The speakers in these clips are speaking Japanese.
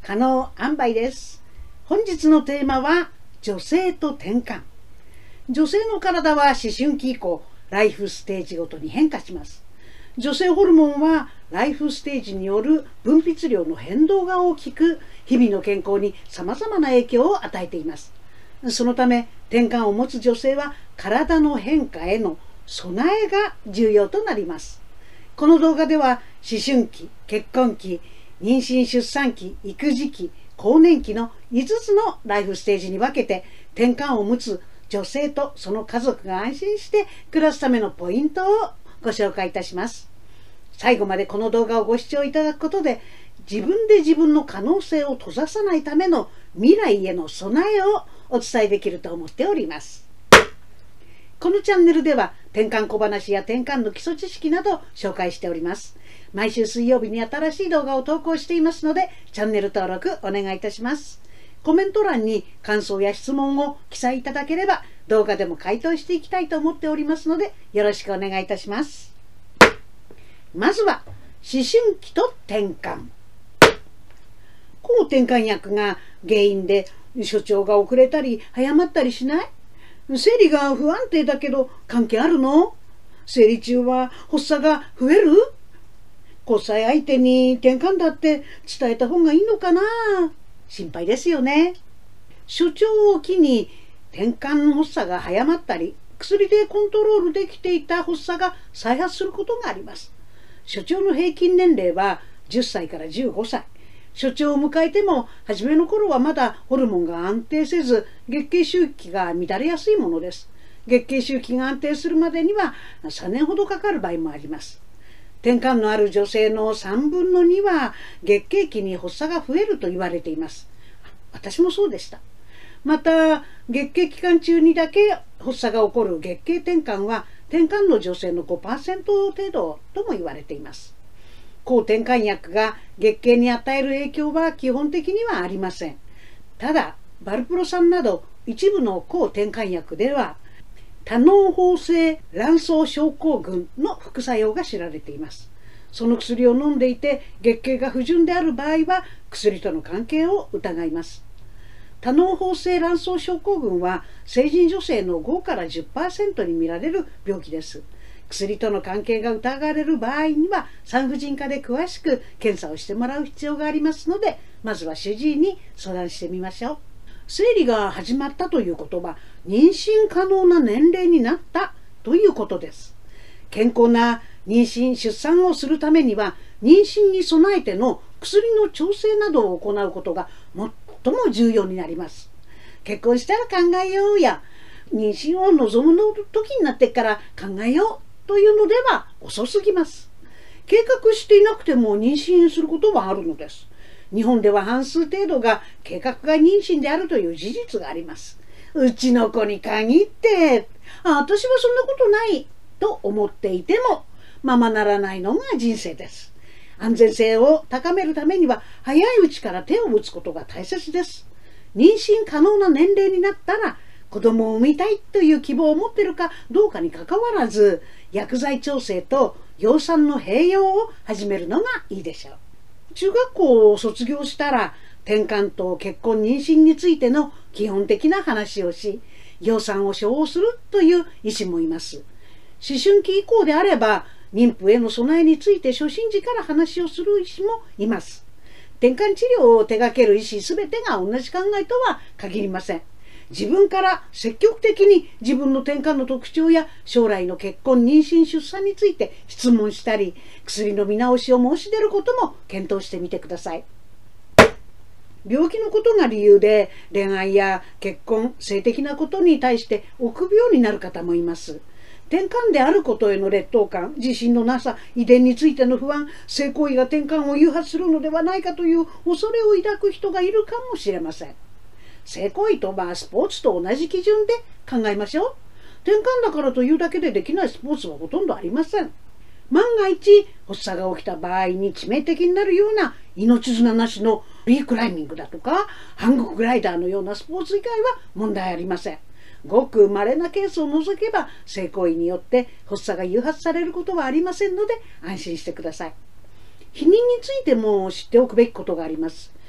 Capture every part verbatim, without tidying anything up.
可能塩梅です。本日のテーマは女性と転換。女性の体は思春期以降ライフステージごとに変化します。女性ホルモンはライフステージによる分泌量の変動が大きく、日々の健康にさまざまな影響を与えています。そのため転換を持つ女性は体の変化への備えが重要となります。この動画では思春期、結婚期、妊娠出産期、育児期、更年期のいつつのライフステージに分けて、転換を持つ女性とその家族が安心して暮らすためのポイントをご紹介いたします。最後までこの動画をご視聴いただくことで、自分で自分の可能性を閉ざさないための未来への備えをお伝えできると思っております。このチャンネルでは転換小話や転換の基礎知識など紹介しております。毎週水曜日に新しい動画を投稿していますので、チャンネル登録お願いいたします。コメント欄に感想や質問を記載いただければ動画でも回答していきたいと思っておりますので、よろしくお願いいたします。まずは思春期と転換。抗転換薬が原因で初潮が遅れたり早まったりしない？生理が不安定だけど関係あるの？生理中は発作が増える？交際相手に転換だって伝えた方がいいのかな？心配ですよね。初潮を機に転換発作が早まったり、薬でコントロールできていた発作が再発することがあります。初潮の平均年齢はじゅっさいからじゅうごさい。初潮を迎えても初めの頃はまだホルモンが安定せず、月経周期が乱れやすいものです。月経周期が安定するまでにはさんねんほどかかる場合もあります。転換のある女性のさんぶんのには月経期に発作が増えると言われています。私もそうでした。また月経期間中にだけ発作が起こる月経転換は転換の女性の ごパーセント 程度とも言われています。抗転換薬が月経に与える影響は基本的にはありません。ただバルプロ酸など一部の抗転換薬では多嚢胞性卵巣症候群の副作用が知られています。その薬を飲んでいて月経が不順である場合は薬との関係を疑います。多嚢胞性卵巣症候群は成人女性のごから じゅっパーセント に見られる病気です。薬との関係が疑われる場合には産婦人科で詳しく検査をしてもらう必要がありますので、まずは主治医に相談してみましょう。生理が始まったということは妊娠可能な年齢になったということです。健康な妊娠出産をするためには妊娠に備えての薬の調整などを行うことが最も重要になります。結婚したら考えようや妊娠を望むの時になってから考えようというのでは遅すぎます。計画していなくても妊娠することはあるのです。日本では半数程度が計画外妊娠であるという事実があります。うちの子に限ってあ私はそんなことないと思っていてもままならないのが人生です。安全性を高めるためには早いうちから手を打つことが大切です。妊娠可能な年齢になったら子供を産みたいという希望を持っているかどうかにかかわらず、薬剤調整と養蚕の併用を始めるのがいいでしょう。中学校を卒業したら転換と結婚妊娠についての基本的な話をし、養蚕を処方するという医師もいます。思春期以降であれば妊婦への備えについて初診時から話をする医師もいます。転換治療を手掛ける医師すべてが同じ考えとは限りません。自分から積極的に自分の転換の特徴や将来の結婚妊娠出産について質問したり、薬の見直しを申し出ることも検討してみてください。病気のことが理由で恋愛や結婚、性的なことに対して臆病になる方もいます。転換であることへの劣等感、自信のなさ、遺伝についての不安、性行為が転換を誘発するのではないかという恐れを抱く人がいるかもしれません。性行為とはスポーツと同じ基準で考えましょう。転換だからというだけでできないスポーツはほとんどありません。万が一発作が起きた場合に致命的になるような命綱なしのフリークライミングだとかハンググライダーのようなスポーツ以外は問題ありません。ごく稀なケースを除けば性行為によって発作が誘発されることはありませんので安心してください。避妊についても知っておくべきことがあります。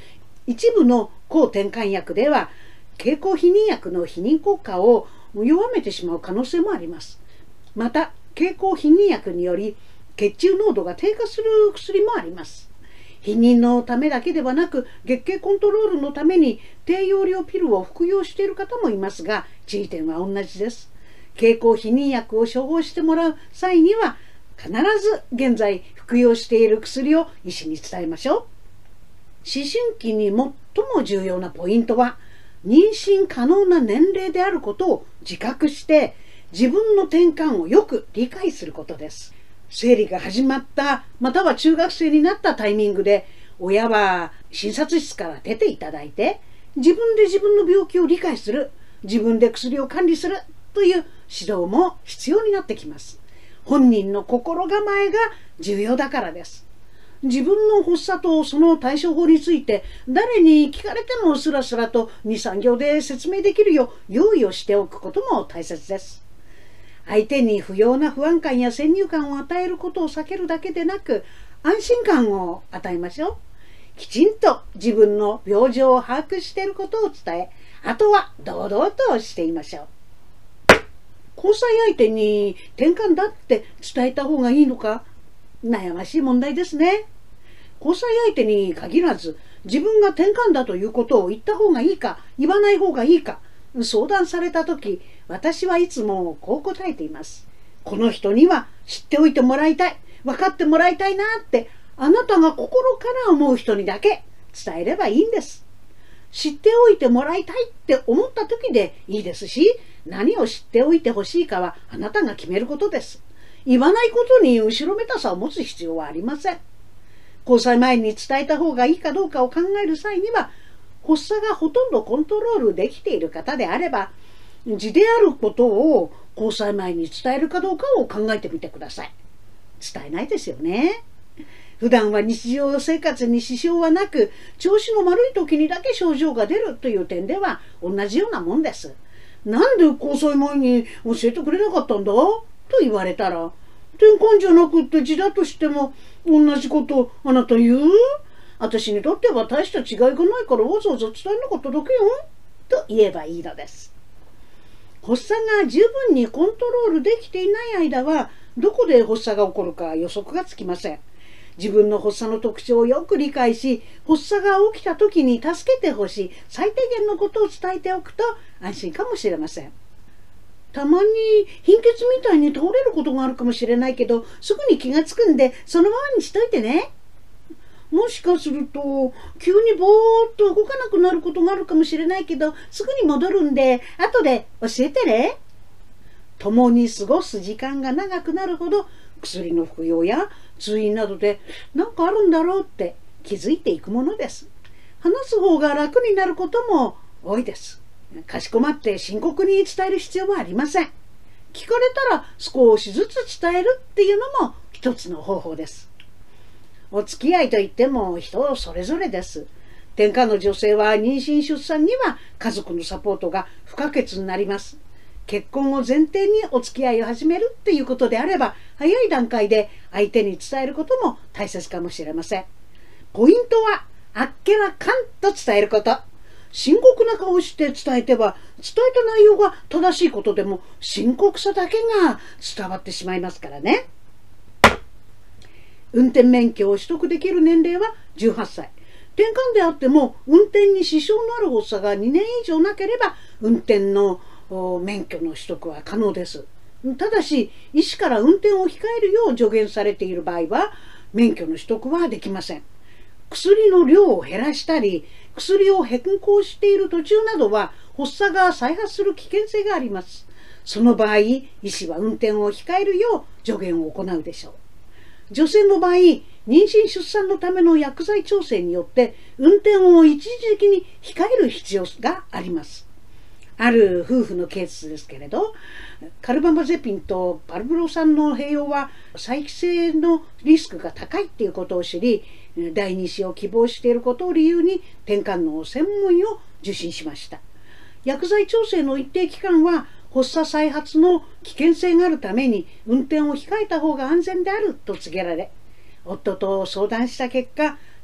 一部の抗転換薬では経口避妊薬の避妊効果を弱めてしまう可能性もあります。また経口避妊薬により血中濃度が低下する薬もあります。避妊のためだけではなく月経コントロールのために低用量ピルを服用している方もいますが、注意点は同じです。経口避妊薬を処方してもらう際には必ず現在服用している薬を医師に伝えましょう。思春期に最も重要なポイントは妊娠可能な年齢であることを自覚して自分の転換をよく理解することです。生理が始まったまたは中学生になったタイミングで親は診察室から出ていただいて自分で自分の病気を理解する、自分で薬を管理するという指導も必要になってきます。本人の心構えが重要だからです。自分の発作とその対処法について誰に聞かれてもスラスラとに、さん行で説明できるよう用意をしておくことも大切です。相手に不要な不安感や先入観を与えることを避けるだけでなく安心感を与えましょう。きちんと自分の病状を把握していることを伝え、あとは堂々としていましょう。交際相手に転換だって伝えた方がいいのか、悩ましい問題ですね。交際相手に限らず自分が転換だということを言った方がいいか言わない方がいいか相談された時、私はいつもこう答えています。この人には知っておいてもらいたい、分かってもらいたいなってあなたが心から思う人にだけ伝えればいいんです。知っておいてもらいたいって思った時でいいですし、何を知っておいてほしいかはあなたが決めることです。言わないことに後ろめたさを持つ必要はありません。交際前に伝えた方がいいかどうかを考える際には、発作がほとんどコントロールできている方であれば、痔であることを交際前に伝えるかどうかを考えてみてください。伝えないですよね。普段は日常生活に支障はなく、調子の悪い時にだけ症状が出るという点では同じようなもんです。なんで交際前に教えてくれなかったんだと言われたら、転換じゃなくって痔だとしても同じことあなた言う？私にとっては大した違いがないからわざわざ伝えなかっただけよと言えばいいのです。発作が十分にコントロールできていない間はどこで発作が起こるか予測がつきません。自分の発作の特徴をよく理解し、発作が起きた時に助けてほしい最低限のことを伝えておくと安心かもしれません。たまに貧血みたいに倒れることがあるかもしれないけど、すぐに気がつくんでそのままにしといてね。もしかすると急にぼーっと動かなくなることがあるかもしれないけど、すぐに戻るんで後で教えてね。共に過ごす時間が長くなるほど薬の服用や通院などで何かあるんだろうって気づいていくものです。話す方が楽になることも多いです。かしこまって深刻に伝える必要はありません。聞かれたら少しずつ伝えるっていうのも一つの方法です。お付き合いといっても人それぞれです。転換の女性は妊娠出産には家族のサポートが不可欠になります。結婚を前提にお付き合いを始めるっていうことであれば、早い段階で相手に伝えることも大切かもしれません。ポイントはあっけらかんと伝えること。深刻な顔をして伝えては、伝えた内容が正しいことでも深刻さだけが伝わってしまいますからね。運転免許を取得できる年齢はじゅうはっさい。転換であっても運転に支障のある発作がにねん以上なければ運転の免許の取得は可能です。ただし医師から運転を控えるよう助言されている場合は免許の取得はできません。薬の量を減らしたり薬を変更している途中などは発作が再発する危険性があります。その場合医師は運転を控えるよう助言を行うでしょう。女性の場合妊娠出産のための薬剤調整によって運転を一時的に控える必要があります。ある夫婦のケースですけれど、カルバマゼピンとパルブロ酸の併用は再帰性のリスクが高いっていうことを知り、第二子を希望していることを理由に転換の専門医を受診しました。薬剤調整の一定期間は発作再発の危険性があるために運転を控えた方が安全であると告げられ、夫と相談した結果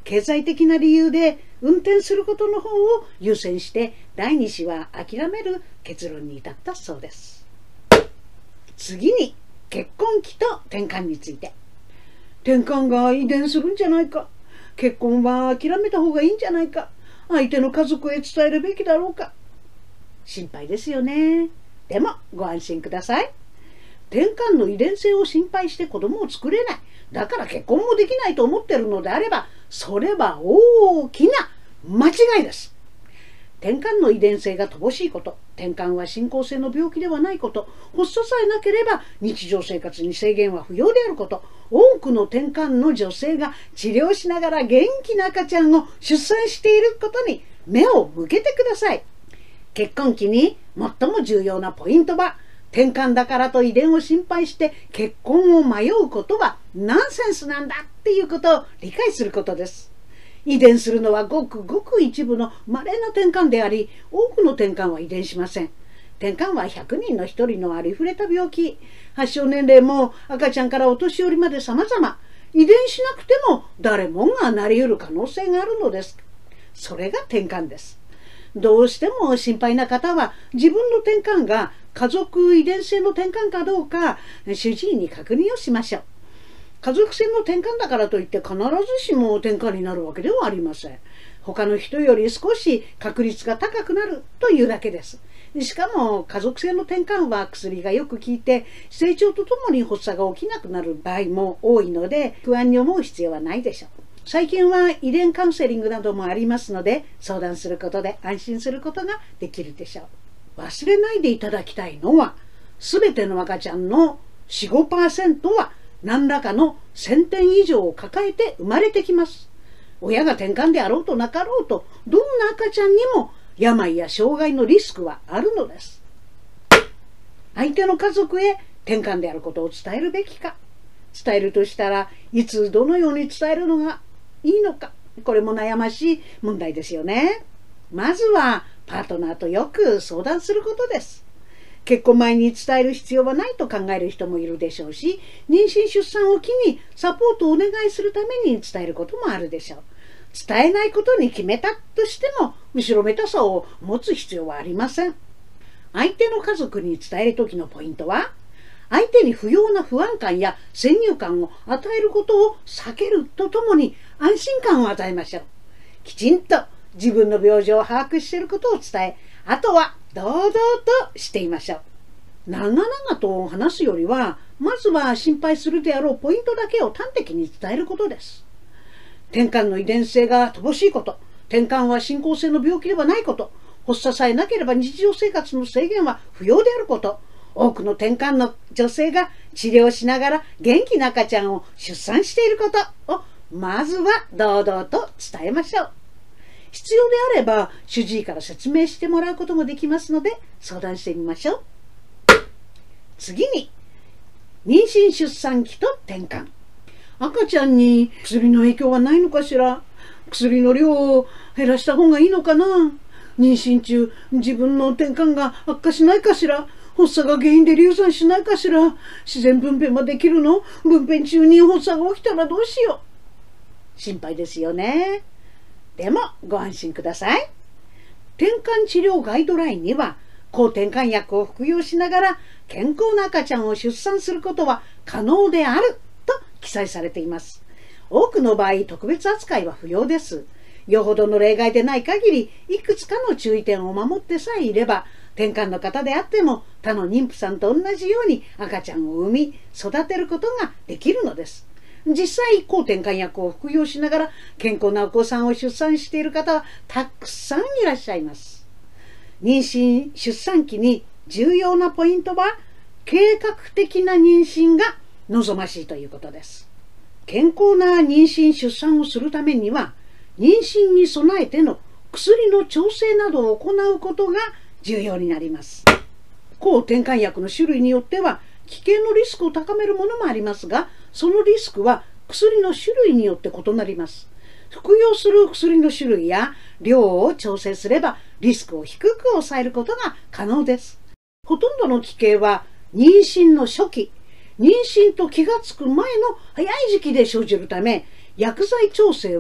経済的な理由で運転することの方を優先して第二子は諦める結論に至ったそうです。次に結婚期と転換について。転換が遺伝するんじゃないか、結婚は諦めた方がいいんじゃないか、相手の家族へ伝えるべきだろうか、心配ですよね。でもご安心ください。転換の遺伝性を心配して子供を作れない、だから結婚もできないと思っているのであれば、それは大きな間違いです。転換の遺伝性が乏しいこと、転換は進行性の病気ではないこと、発作さえなければ日常生活に制限は不要であること、多くの転換の女性が治療しながら元気な赤ちゃんを出産していることに目を向けてください。結婚期に最も重要なポイントは、転換だからと遺伝を心配して結婚を迷うことはナンセンスなんだっていうことを理解することです。遺伝するのはごくごく一部の稀な転換であり、多くの転換は遺伝しません。転換はひゃくにんのひとりのありふれた病気。発症年齢も赤ちゃんからお年寄りまで様々。遺伝しなくても誰もがなり得る可能性があるのです。それが転換です。どうしても心配な方は、自分の転換が家族遺伝性の転換かどうか主治医に確認をしましょう。家族性の転換だからといって必ずしも転換になるわけではありません。他の人より少し確率が高くなるというだけです。しかも家族性の転換は薬がよく効いて、成長とともに発作が起きなくなる場合も多いので、不安に思う必要はないでしょう。最近は遺伝カウンセリングなどもありますので、相談することで安心することができるでしょう。忘れないでいただきたいのは、すべての赤ちゃんの よんじゅうごパーセント は何らかの先天異常を抱えて生まれてきます。親が転換であろうとなかろうと、どんな赤ちゃんにも病や障害のリスクはあるのです。相手の家族へ転換であることを伝えるべきか、伝えるとしたらいつどのように伝えるのがいいのか、これも悩ましい問題ですよね。まずはパートナーとよく相談することです。結婚前に伝える必要はないと考える人もいるでしょうし、妊娠出産を機にサポートをお願いするために伝えることもあるでしょう。伝えないことに決めたとしても、後ろめたさを持つ必要はありません。相手の家族に伝える時のポイントは、相手に不要な不安感や先入観を与えることを避けるとともに安心感を与えましょう。きちんと自分の病状を把握していることを伝え、あとは堂々としていましょう。長々と話すよりは、まずは心配するであろうポイントだけを端的に伝えることです。転換の遺伝性が乏しいこと、転換は進行性の病気ではないこと、発作さえなければ日常生活の制限は不要であること、多くの転換の女性が治療しながら元気な赤ちゃんを出産していることを、まずは堂々と伝えましょう。必要であれば主治医から説明してもらうこともできますので、相談してみましょう。次に、妊娠出産期と転換。赤ちゃんに薬の影響はないのかしら。薬の量を減らした方がいいのかな。妊娠中、自分の転換が悪化しないかしら。発作が原因で流産しないかしら。自然分娩はできるの？分娩中に発作が起きたらどうしよう。心配ですよね。でもご安心ください。転換治療ガイドラインには、抗転換薬を服用しながら健康な赤ちゃんを出産することは可能であると記載されています。多くの場合、特別扱いは不要です。よほどの例外でない限り、いくつかの注意点を守ってさえいれば、転換の方であっても他の妊婦さんと同じように赤ちゃんを産み育てることができるのです。実際、抗転換薬を服用しながら健康なお子さんを出産している方はたくさんいらっしゃいます。妊娠・出産期に重要なポイントは、計画的な妊娠が望ましいということです。健康な妊娠・出産をするためには、妊娠に備えての薬の調整などを行うことが重要になります。抗転換薬の種類によっては危険のリスクを高めるものもありますが、そのリスクは薬の種類によって異なります。服用する薬の種類や量を調整すればリスクを低く抑えることが可能です。ほとんどの奇形は妊娠の初期、妊娠と気がつく前の早い時期で生じるため、薬剤調整は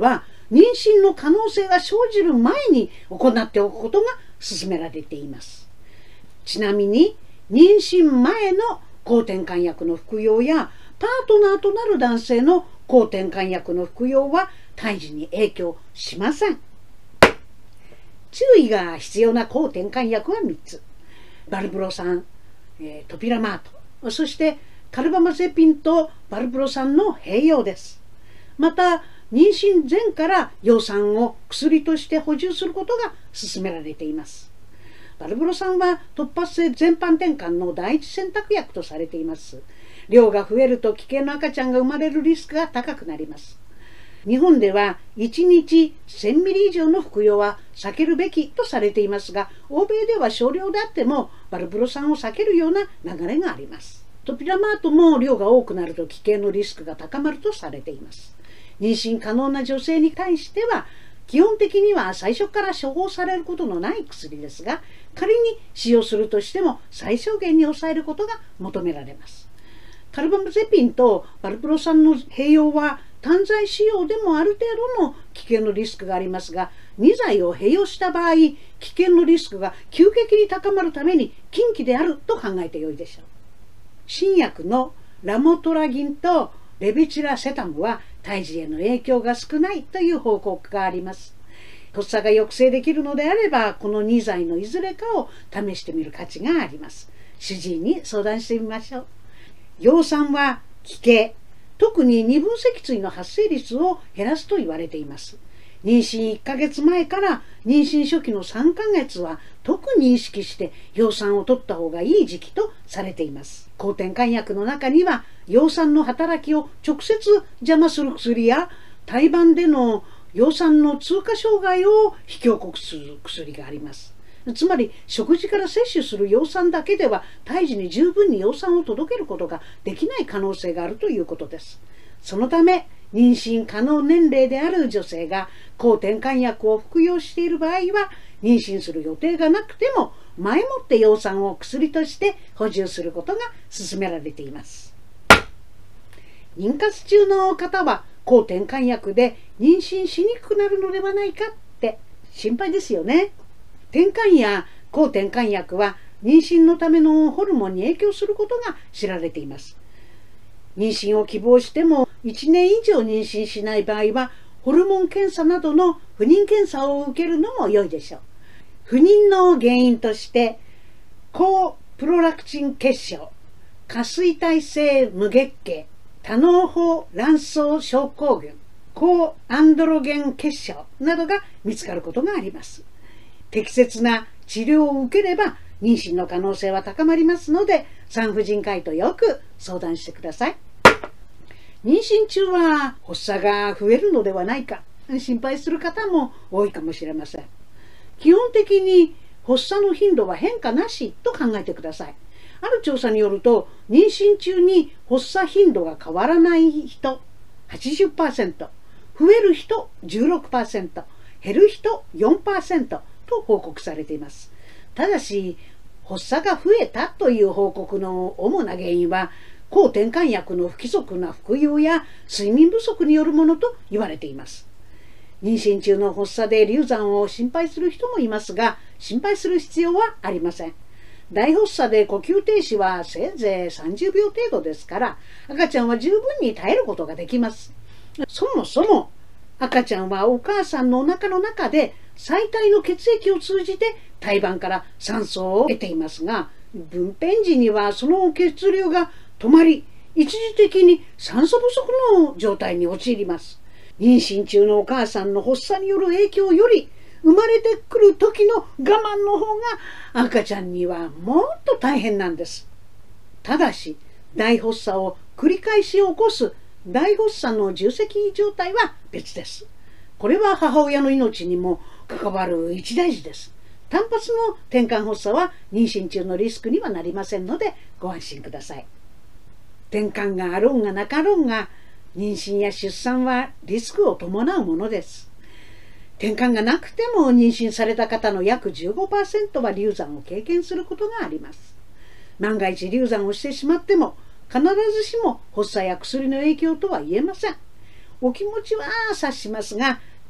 妊娠の可能性が生じる前に行っておくことが勧められています。ちなみに妊娠前の抗転換薬の服用やパートナーとなる男性の抗転換薬の服用は胎児に影響しません。注意が必要な抗転換薬はみっつ。バルブロ酸、えー、トピラマート、そしてカルバマゼピンとバルブロ酸の併用です。また妊娠前から葉酸を薬として補充することが勧められています。バルブロ酸は突発性全般転換の第一選択薬とされています。量が増えると危険な赤ちゃんが生まれるリスクが高くなります。日本ではいちにちせんミリ以上の服用は避けるべきとされていますが、欧米では少量であってもバルブロ酸を避けるような流れがあります。トピラマートも量が多くなると危険のリスクが高まるとされています。妊娠可能な女性に対しては基本的には最初から処方されることのない薬ですが、仮に使用するとしても最小限に抑えることが求められます。カルバマゼピンとバルブロ酸の併用は単剤使用でもある程度の危険のリスクがありますが、に剤を併用した場合、危険のリスクが急激に高まるために禁忌であると考えてよいでしょう。新薬のラモトラギンとレビチラセタムは胎児への影響が少ないという報告があります。発作が抑制できるのであれば、このに剤のいずれかを試してみる価値があります。主治医に相談してみましょう。葉酸は奇形、特に二分脊椎の発生率を減らすと言われています。妊娠いっかげつまえから妊娠初期のさんかげつは特に意識して葉酸を取った方がいい時期とされています。抗転換薬の中には葉酸の働きを直接邪魔する薬や胎盤での葉酸の通過障害を引き起こす薬があります。つまり食事から摂取する葉酸だけでは胎児に十分に葉酸を届けることができない可能性があるということです。そのため妊娠可能年齢である女性が抗転換薬を服用している場合は、妊娠する予定がなくても前もって葉酸を薬として補充することが勧められています。妊活中の方は抗転換薬で妊娠しにくくなるのではないかって心配ですよね。転換や抗転換薬は妊娠のためのホルモンに影響することが知られています。妊娠を希望してもいちねん以上妊娠しない場合はホルモン検査などの不妊検査を受けるのも良いでしょう。不妊の原因として高プロラクチン結晶、下垂体性無月経、多嚢胞卵巣症候群、高アンドロゲン結晶などが見つかることがあります。適切な治療を受ければ妊娠の可能性は高まりますので、産婦人科医とよく相談してください。妊娠中は発作が増えるのではないか心配する方も多いかもしれません。基本的に発作の頻度は変化なしと考えてください。ある調査によると、妊娠中に発作頻度が変わらない人 はちじゅっパーセント、増える人 じゅうろくパーセント、減る人 よんパーセントと報告されています。ただし発作が増えたという報告の主な原因は抗転換薬の不規則な服用や睡眠不足によるものと言われています。妊娠中の発作で流産を心配する人もいますが、心配する必要はありません。大発作で呼吸停止はせいぜいさんじゅうびょう程度ですから、赤ちゃんは十分に耐えることができます。そもそも赤ちゃんはお母さんのお腹の中で最体の血液を通じて胎盤から酸素を得ていますが、分娩時にはその血流が止まり、一時的に酸素不足の状態に陥ります。妊娠中のお母さんの発作による影響より、生まれてくる時の我慢の方が赤ちゃんにはもっと大変なんです。ただし大発作を繰り返し起こす大発作の重積状態は別です。これは母親の命にも関わる一大事です。単発の転換発作は妊娠中のリスクにはなりませんのでご安心ください。転換があろうがなかろうが、妊娠や出産はリスクを伴うものです。転換がなくても妊娠された方の約 じゅうごパーセント は流産を経験することがあります。万が一流産をしてしまっても必ずしも発作や薬の影響とは言えません。お気持ちは察しますが、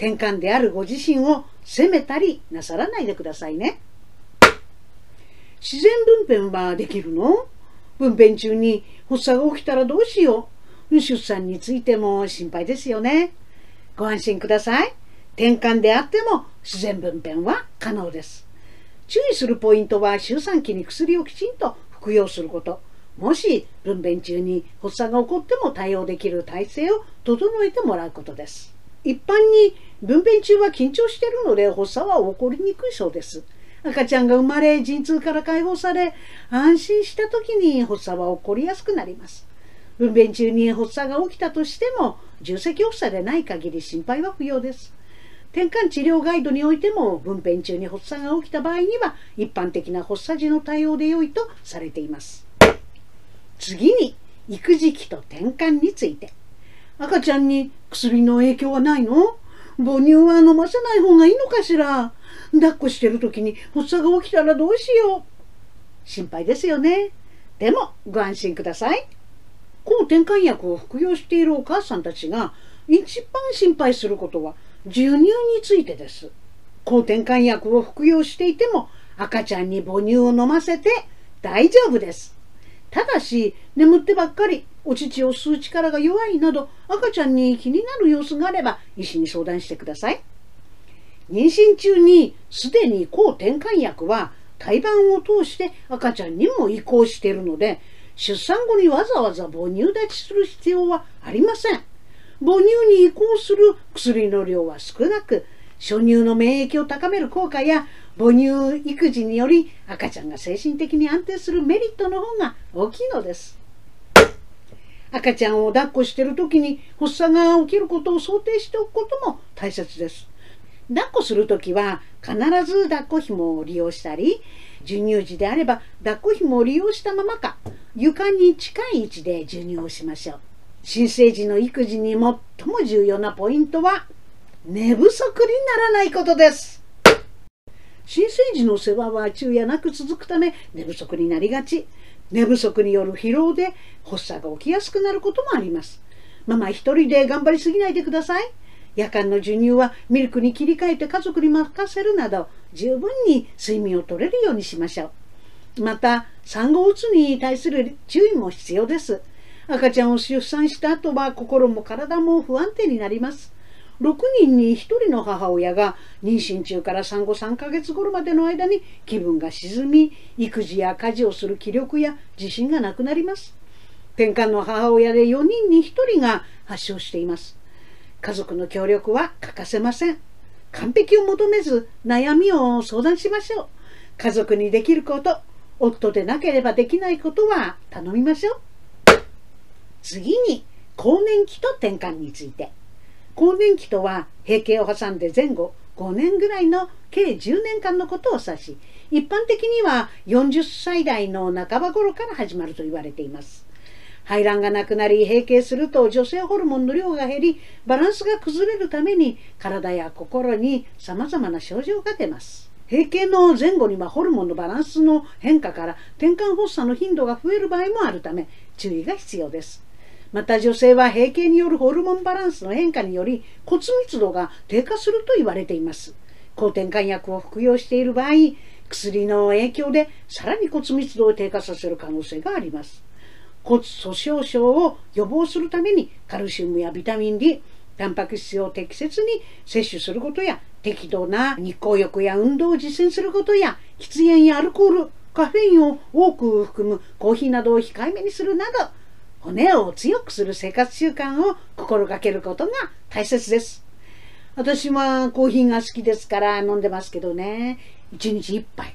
転換であるご自身を責めたりなさらないでくださいね。自然分娩はできるの？分娩中に発作が起きたらどうしよう。出産についても心配ですよね。ご安心ください。転換であっても自然分娩は可能です。注意するポイントは、周産期に薬をきちんと服用すること。もし分娩中に発作が起こっても対応できる体制を整えてもらうことです。一般に分娩中は緊張しているので発作は起こりにくいそうです。赤ちゃんが生まれ陣痛から解放され安心した時に発作は起こりやすくなります。分娩中に発作が起きたとしても重積発作でない限り心配は不要です。転換治療ガイドにおいても分娩中に発作が起きた場合には一般的な発作時の対応で良いとされています。次に育児期と転換について。赤ちゃんに薬の影響はないの？母乳は飲ませない方がいいのかしら？抱っこしてる時に発作が起きたらどうしよう。心配ですよね。でもご安心ください。抗転換薬を服用しているお母さんたちが一番心配することは授乳についてです。抗転換薬を服用していても赤ちゃんに母乳を飲ませて大丈夫です。ただし眠ってばっかり、お乳を吸う力が弱いなど赤ちゃんに気になる様子があれば医師に相談してください。妊娠中にすでに抗転換薬は胎盤を通して赤ちゃんにも移行しているので、出産後にわざわざ母乳立ちする必要はありません。母乳に移行する薬の量は少なく、初乳の免疫を高める効果や母乳育児により赤ちゃんが精神的に安定するメリットの方が大きいのです。赤ちゃんを抱っこしている時に発作が起きることを想定しておくことも大切です。抱っこするときは必ず抱っこ紐を利用したり、授乳時であれば抱っこ紐を利用したままか床に近い位置で授乳をしましょう。新生児の育児に最も重要なポイントは寝不足にならないことです。新生児の世話は昼夜なく続くため寝不足になりがち。寝不足による疲労で発作が起きやすくなることもあります。ママ一人で頑張りすぎないでください。夜間の授乳はミルクに切り替えて家族に任せるなど十分に睡眠をとれるようにしましょう。また産後うつに対する注意も必要です。赤ちゃんを出産した後は心も体も不安定になります。ろくにんにひとりの母親が妊娠中から産後さんかげつ頃までの間に気分が沈み、育児や家事をする気力や自信がなくなります。転換の母親でよにんにひとりが発症しています。家族の協力は欠かせません。完璧を求めず悩みを相談しましょう。家族にできること、夫でなければできないことは頼みましょう。次に更年期と転換について。更年期とは閉経を挟んで前後ごねんぐらいの計じゅうねんかんのことを指し、一般的にはよんじゅっさい代の半ば頃から始まると言われています。排卵がなくなり閉経すると女性ホルモンの量が減りバランスが崩れるために体や心にさまざまな症状が出ます。閉経の前後にはホルモンのバランスの変化から転換発作の頻度が増える場合もあるため注意が必要です。また女性は閉経によるホルモンバランスの変化により骨密度が低下すると言われています。抗転換薬を服用している場合、薬の影響でさらに骨密度を低下させる可能性があります。骨粗しょう症を予防するためにカルシウムやビタミン D、タンパク質を適切に摂取することや適度な日光浴や運動を実践することや喫煙やアルコール、カフェインを多く含むコーヒーなどを控えめにするなど骨を強くする生活習慣を心がけることが大切です。私はコーヒーが好きですから飲んでますけどね、いちにちいっぱい。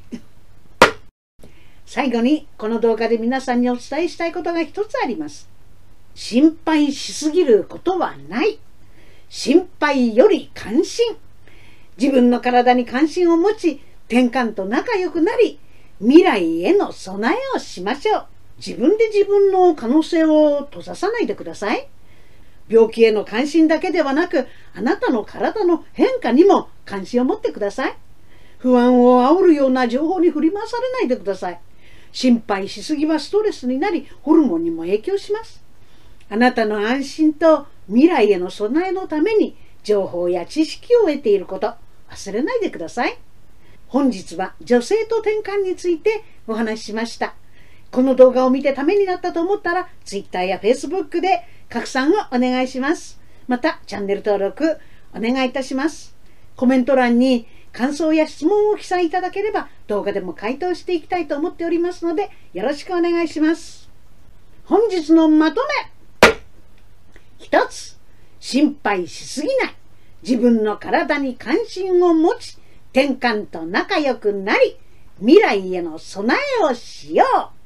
最後にこの動画で皆さんにお伝えしたいことが一つあります。心配しすぎることはない。心配より関心。自分の体に関心を持ち、転換と仲良くなり、未来への備えをしましょう。自分で自分の可能性を閉ざさないでください。病気への関心だけではなく、あなたの体の変化にも関心を持ってください。不安を煽るような情報に振り回されないでください。心配しすぎはストレスになり、ホルモンにも影響します。あなたの安心と未来への備えのために、 情報や知識を得ていること忘れないでください。本日は女性と転換についてお話ししました。この動画を見てためになったと思ったら Twitter や Facebook で拡散をお願いします。またチャンネル登録お願いいたします。コメント欄に感想や質問を記載いただければ動画でも回答していきたいと思っておりますのでよろしくお願いします。本日のまとめ。一つ、心配しすぎない。自分の体に関心を持ち、転換と仲良くなり、未来への備えをしよう。